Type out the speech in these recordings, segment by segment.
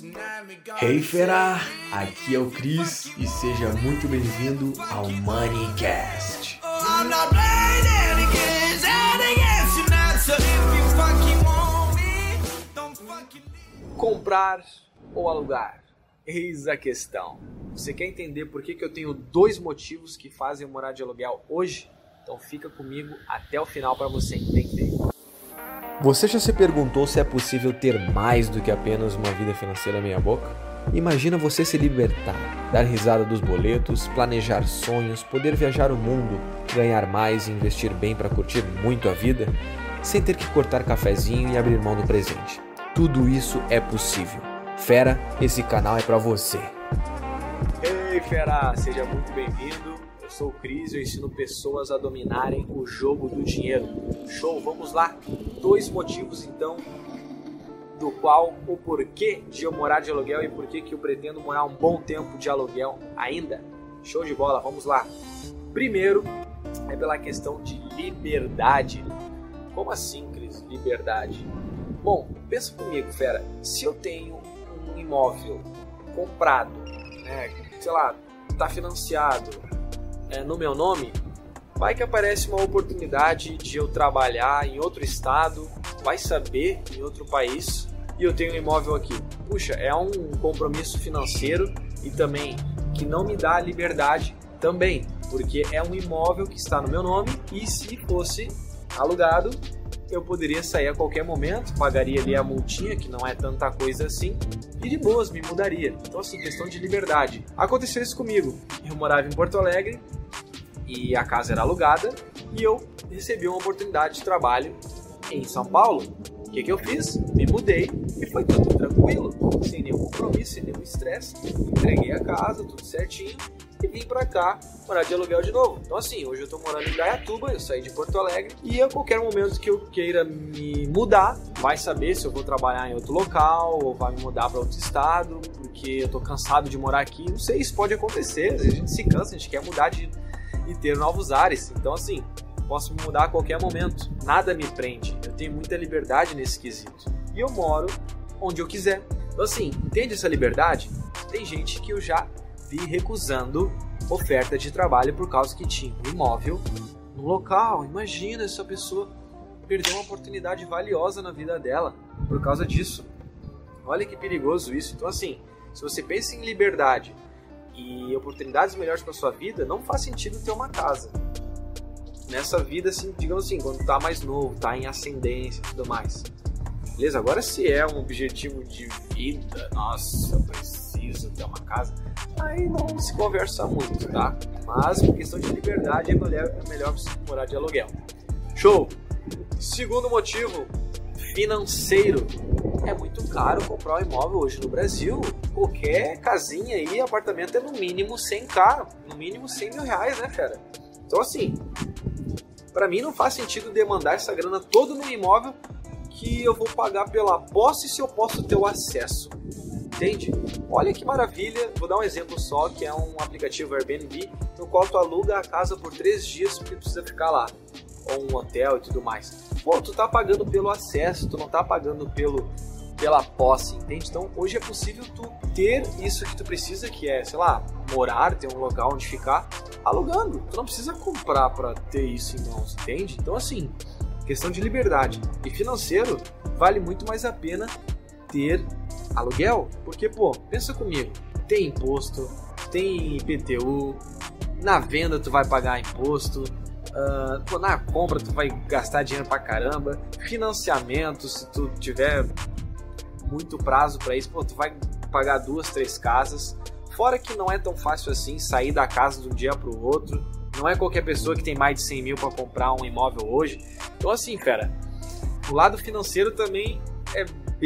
Hey fera, aqui é o Cris e seja muito bem-vindo ao Moneycast. Comprar ou alugar? Eis a questão. Você quer entender por que eu tenho dois motivos que fazem eu morar de aluguel hoje? Então fica comigo até o final para você entender. Você já se perguntou se é possível ter mais do que apenas uma vida financeira meia boca? Imagina você se libertar, dar risada dos boletos, planejar sonhos, poder viajar o mundo, ganhar mais e investir bem para curtir muito a vida, sem ter que cortar cafezinho e abrir mão do presente. Tudo isso é possível. Fera, esse canal é para você. Ei fera, seja muito bem-vindo. Eu sou o Cris e eu ensino pessoas a dominarem o jogo do dinheiro. Show, vamos lá? Dois motivos então do qual o porquê de eu morar de aluguel e por que eu pretendo morar um bom tempo de aluguel ainda. Show de bola, vamos lá. Primeiro é pela questão de liberdade. Como assim, Cris? Liberdade? Bom, pensa comigo, fera. Se eu tenho um imóvel comprado, sei lá, tá financiado no meu nome, vai que aparece uma oportunidade de eu trabalhar em outro estado, vai saber, em outro país, e eu tenho um imóvel aqui. Puxa, é um compromisso financeiro e também que não me dá liberdade também, porque é um imóvel que está no meu nome e se fosse alugado, eu poderia sair a qualquer momento, pagaria ali a multinha, que não é tanta coisa assim, e de boas me mudaria. Então assim, questão de liberdade. Aconteceu isso comigo. Eu morava em Porto Alegre e a casa era alugada e eu recebi uma oportunidade de trabalho em São Paulo. O que eu fiz? Me mudei e foi tudo tranquilo, sem nenhum compromisso, sem nenhum estresse. Entreguei a casa, tudo certinho e vim pra cá morar de aluguel de novo. Então assim, hoje eu tô morando em Dayatuba, eu saí de Porto Alegre e a qualquer momento que eu queira me mudar, vai saber se eu vou trabalhar em outro local ou vai me mudar para outro estado, porque eu tô cansado de morar aqui. Não sei, isso pode acontecer, a gente se cansa, a gente quer mudar e ter novos ares. Então assim, posso me mudar a qualquer momento, nada me prende, eu tenho muita liberdade nesse quesito e eu moro onde eu quiser. Então assim, entende essa liberdade? Tem gente que eu já vi recusando oferta de trabalho por causa que tinha um imóvel no local. Imagina, essa pessoa perdeu uma oportunidade valiosa na vida dela por causa disso. Olha que perigoso isso. Então assim, se você pensa em liberdade e oportunidades melhores para sua vida, não faz sentido ter uma casa. Nessa vida, assim, digamos assim, quando tá mais novo, tá em ascendência e tudo mais. Beleza? Agora se é um objetivo de vida, nossa, eu preciso ter uma casa, aí não se conversa muito, tá? Mas por questão de liberdade é melhor você morar de aluguel. Show! Segundo motivo, financeiro. É muito caro comprar um imóvel hoje no Brasil. Qualquer casinha aí, apartamento é no mínimo 100k, no mínimo 100 mil reais, né, fera? Então assim, pra mim não faz sentido demandar essa grana toda no imóvel que eu vou pagar pela posse se eu posso ter o acesso. Entende? Olha que maravilha, vou dar um exemplo só, que é um aplicativo Airbnb, no qual tu aluga a casa por 3 dias porque precisa ficar lá, ou um hotel e tudo mais. Pô, tu tá pagando pelo acesso, tu não tá pagando pela posse, entende? Então hoje é possível tu ter isso que tu precisa, que é, sei lá, morar, ter um local onde ficar, alugando. Tu não precisa comprar pra ter isso em mãos, entende? Então assim, questão de liberdade e financeiro, vale muito mais a pena ter aluguel, porque, pô, pensa comigo, tem imposto, tem IPTU, na venda tu vai pagar imposto, na compra tu vai gastar dinheiro pra caramba, financiamento, se tu tiver muito prazo pra isso, pô, tu vai pagar 2, 3 casas, fora que não é tão fácil assim sair da casa de um dia pro outro, não é qualquer pessoa que tem mais de 100 mil pra comprar um imóvel hoje. Então assim, cara, o lado financeiro também é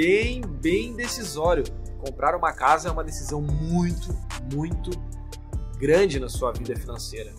bem decisório. Comprar uma casa é uma decisão muito grande na sua vida financeira.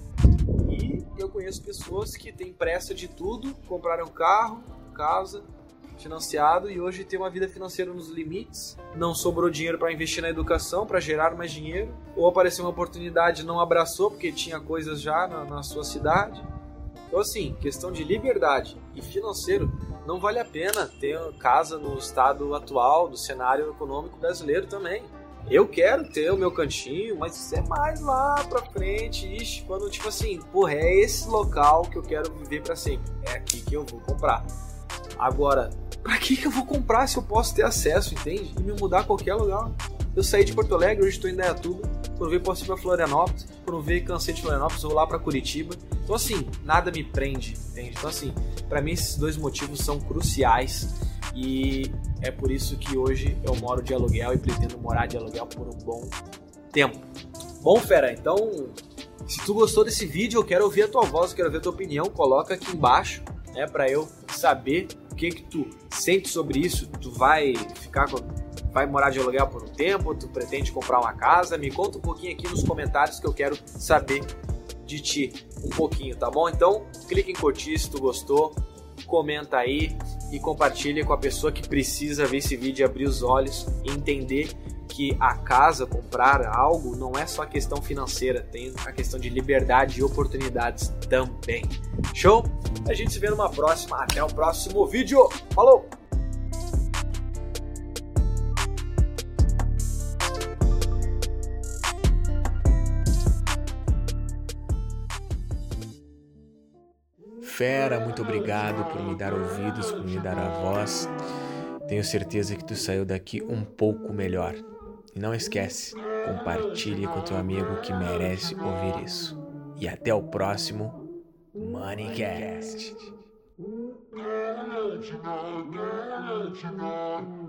E eu conheço pessoas que têm pressa de tudo, compraram carro, casa, financiado e hoje tem uma vida financeira nos limites, não sobrou dinheiro para investir na educação, para gerar mais dinheiro, ou apareceu uma oportunidade e não abraçou porque tinha coisas já na sua cidade. Então assim, questão de liberdade e financeiro não vale a pena ter casa no estado atual do cenário econômico brasileiro também. Eu quero ter o meu cantinho, mas isso é mais lá pra frente, ixi, quando tipo assim, porra, é esse local que eu quero viver pra sempre, é aqui que eu vou comprar. Agora, pra que eu vou comprar se eu posso ter acesso, entende? E me mudar a qualquer lugar. Eu saí de Porto Alegre, hoje estou em Indaiatuba, quando ver posso ir pra Florianópolis, quando ver cansei de Florianópolis, vou lá pra Curitiba. Então assim, nada me prende, entende? Então assim, pra mim esses dois motivos são cruciais. E é por isso que hoje eu moro de aluguel e pretendo morar de aluguel por um bom tempo. Bom, fera, então se tu gostou desse vídeo, eu quero ouvir a tua voz, eu quero ver a tua opinião, coloca aqui embaixo, né, pra eu saber o que tu sente sobre isso. Tu vai morar de aluguel por um tempo, tu pretende comprar uma casa? Me conta um pouquinho aqui nos comentários que eu quero saber de ti um pouquinho, tá bom? Então clica em curtir se tu gostou, comenta aí e compartilha com a pessoa que precisa ver esse vídeo e abrir os olhos e entender que a casa, comprar algo, não é só questão financeira, tem a questão de liberdade e oportunidades também. Show? A gente se vê numa próxima, até o próximo vídeo. Falou! Fera, muito obrigado por me dar ouvidos, por me dar a voz. Tenho certeza que tu saiu daqui um pouco melhor. E não esquece, compartilhe com teu amigo que merece ouvir isso. E até o próximo MoneyCast.